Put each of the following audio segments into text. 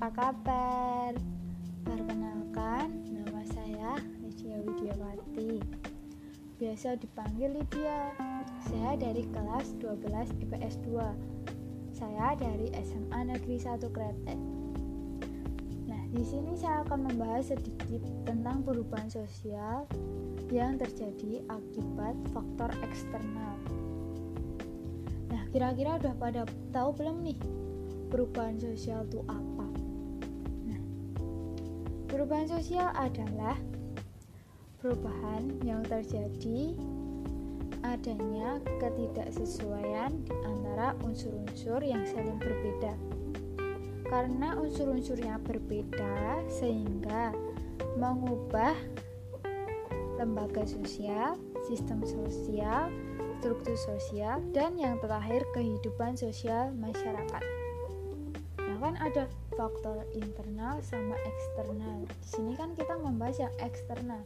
apa kabar? Perkenalkan, nama saya Lydia Widiawati. Biasa dipanggil Lydia. Saya dari kelas 12 IPS 2. Saya dari SMA Negeri 1 Kretek. Nah, di sini saya akan membahas sedikit tentang perubahan sosial yang terjadi akibat faktor eksternal. Nah, kira-kira udah pada tahu belum nih perubahan sosial itu apa? Nah, perubahan sosial adalah perubahan yang terjadi adanya ketidaksesuaian di antara unsur-unsur yang saling berbeda. Karena unsur-unsurnya berbeda, sehingga mengubah lembaga sosial, sistem sosial, struktur sosial, dan yang terakhir kehidupan sosial masyarakat. Nah, kan ada faktor internal sama eksternal. Di sini kan kita membahas yang eksternal.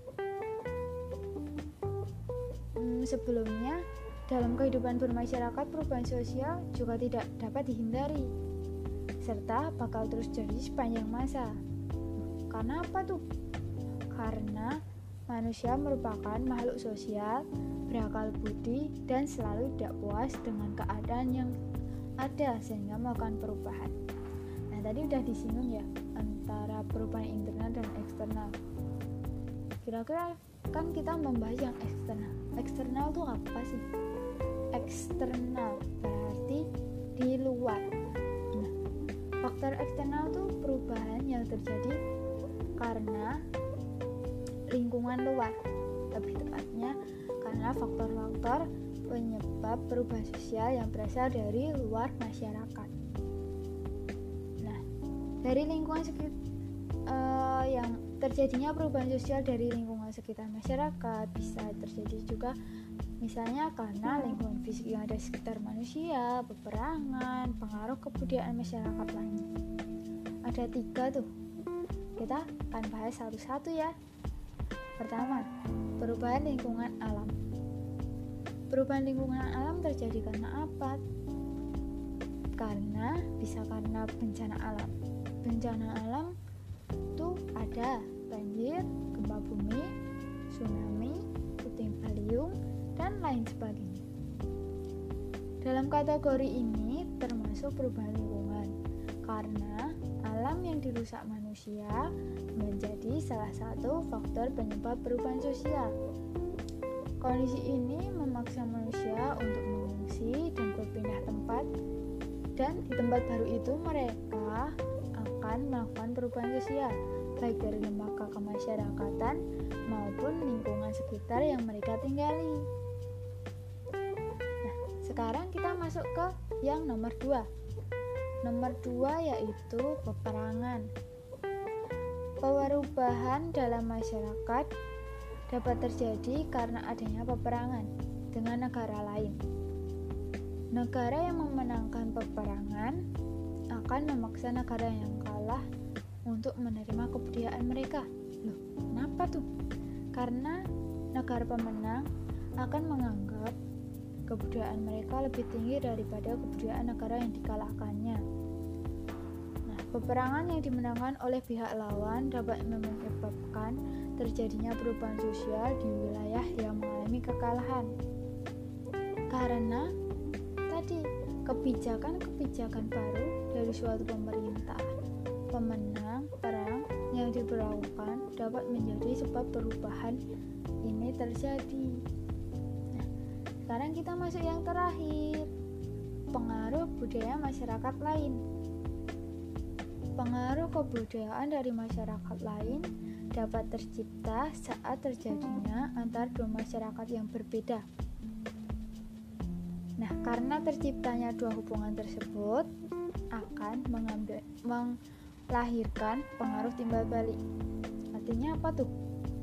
Sebelumnya, dalam kehidupan bermasyarakat, perubahan sosial juga tidak dapat dihindari, serta bakal terus jadi sepanjang masa. Karena apa tuh? Karena manusia merupakan makhluk sosial, berakal budi, dan selalu tidak puas dengan keadaan yang ada sehingga melakukan perubahan. Nah, tadi udah disinggung ya antara perubahan internal dan eksternal. Kira-kira kan kita membahas yang eksternal. Eksternal tuh apa sih? Eksternal berarti di luar. Nah, faktor eksternal tuh perubahan yang terjadi karena lingkungan luar. Lebih tepatnya karena faktor-faktor penyebab perubahan sosial yang berasal dari luar masyarakat. Nah, dari lingkungan sekitar yang terjadinya perubahan sosial dari lingkungan sekitar masyarakat bisa terjadi juga misalnya karena lingkungan fisik yang ada di sekitar manusia, peperangan, pengaruh kebudayaan masyarakat lainnya. Ada 3 tuh. Kita akan bahas satu-satu ya. Pertama, perubahan lingkungan alam. Perubahan lingkungan alam terjadi karena apa? Bisa karena bencana alam. Bencana alam itu ada banjir, gempa bumi, tsunami, puting beliung, dan lain sebagainya. Dalam kategori ini termasuk perubahan lingkungan karena alam yang dirusak manusia menjadi salah satu faktor penyebab perubahan sosial. Kondisi ini memaksa manusia untuk mengungsi dan berpindah tempat, dan di tempat baru itu mereka akan melakukan perubahan sosial baik dari lembaga kemasyarakatan maupun lingkungan sekitar yang mereka tinggali. Nah, sekarang kita masuk ke yang nomor 2. Nomor 2 yaitu peperangan. Perubahan dalam masyarakat dapat terjadi karena adanya peperangan dengan negara lain. Negara yang memenangkan peperangan akan memaksa negara yang kalah untuk menerima kebudayaan mereka. Loh, kenapa tuh? Karena negara pemenang akan menganggap kebudayaan mereka lebih tinggi daripada kebudayaan negara yang dikalahkannya. Nah, peperangan yang dimenangkan oleh pihak lawan dapat menyebabkan terjadinya perubahan sosial di wilayah yang mengalami kekalahan. Karena tadi kebijakan-kebijakan baru dari suatu pemerintah pemenang perang yang diberlakukan dapat menjadi sebab perubahan ini terjadi. Nah, sekarang kita masuk yang terakhir, pengaruh budaya masyarakat lain. Pengaruh kebudayaan dari masyarakat lain dapat tercipta saat terjadinya antar dua masyarakat yang berbeda. Nah, karena terciptanya dua hubungan tersebut akan melahirkan pengaruh timbal balik. Artinya apa tuh?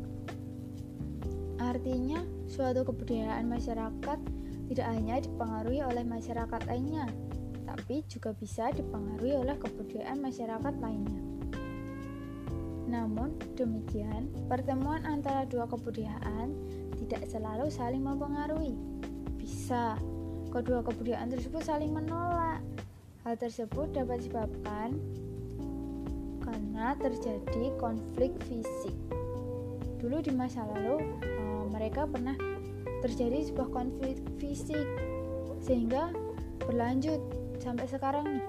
Artinya suatu kebudayaan masyarakat tidak hanya dipengaruhi oleh masyarakat lainnya, tapi juga bisa dipengaruhi oleh kebudayaan masyarakat lainnya. Namun demikian, pertemuan antara dua kebudayaan tidak selalu saling mempengaruhi. Bisa kedua kebudayaan tersebut saling menolak. Hal tersebut dapat disebabkan karena terjadi konflik fisik. Dulu di masa lalu mereka pernah terjadi sebuah konflik fisik sehingga berlanjut sampai sekarang nih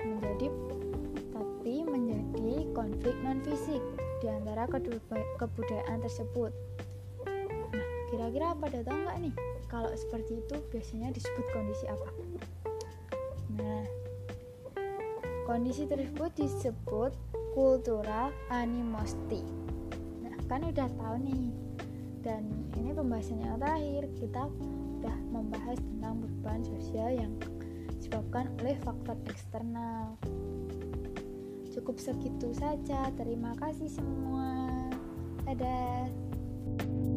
menjadi konflik non fisik di antara kedua kebudayaan tersebut. Nah, kira-kira pada tahu nggak nih kalau seperti itu biasanya disebut kondisi apa? Nah, kondisi tersebut disebut cultural animosity. Nah, kan udah tahu nih. Dan ini pembahasan yang terakhir, kita udah membahas tentang perubahan sosial yang disebabkan oleh faktor eksternal. Cukup segitu saja. Terima kasih semua. Dadah.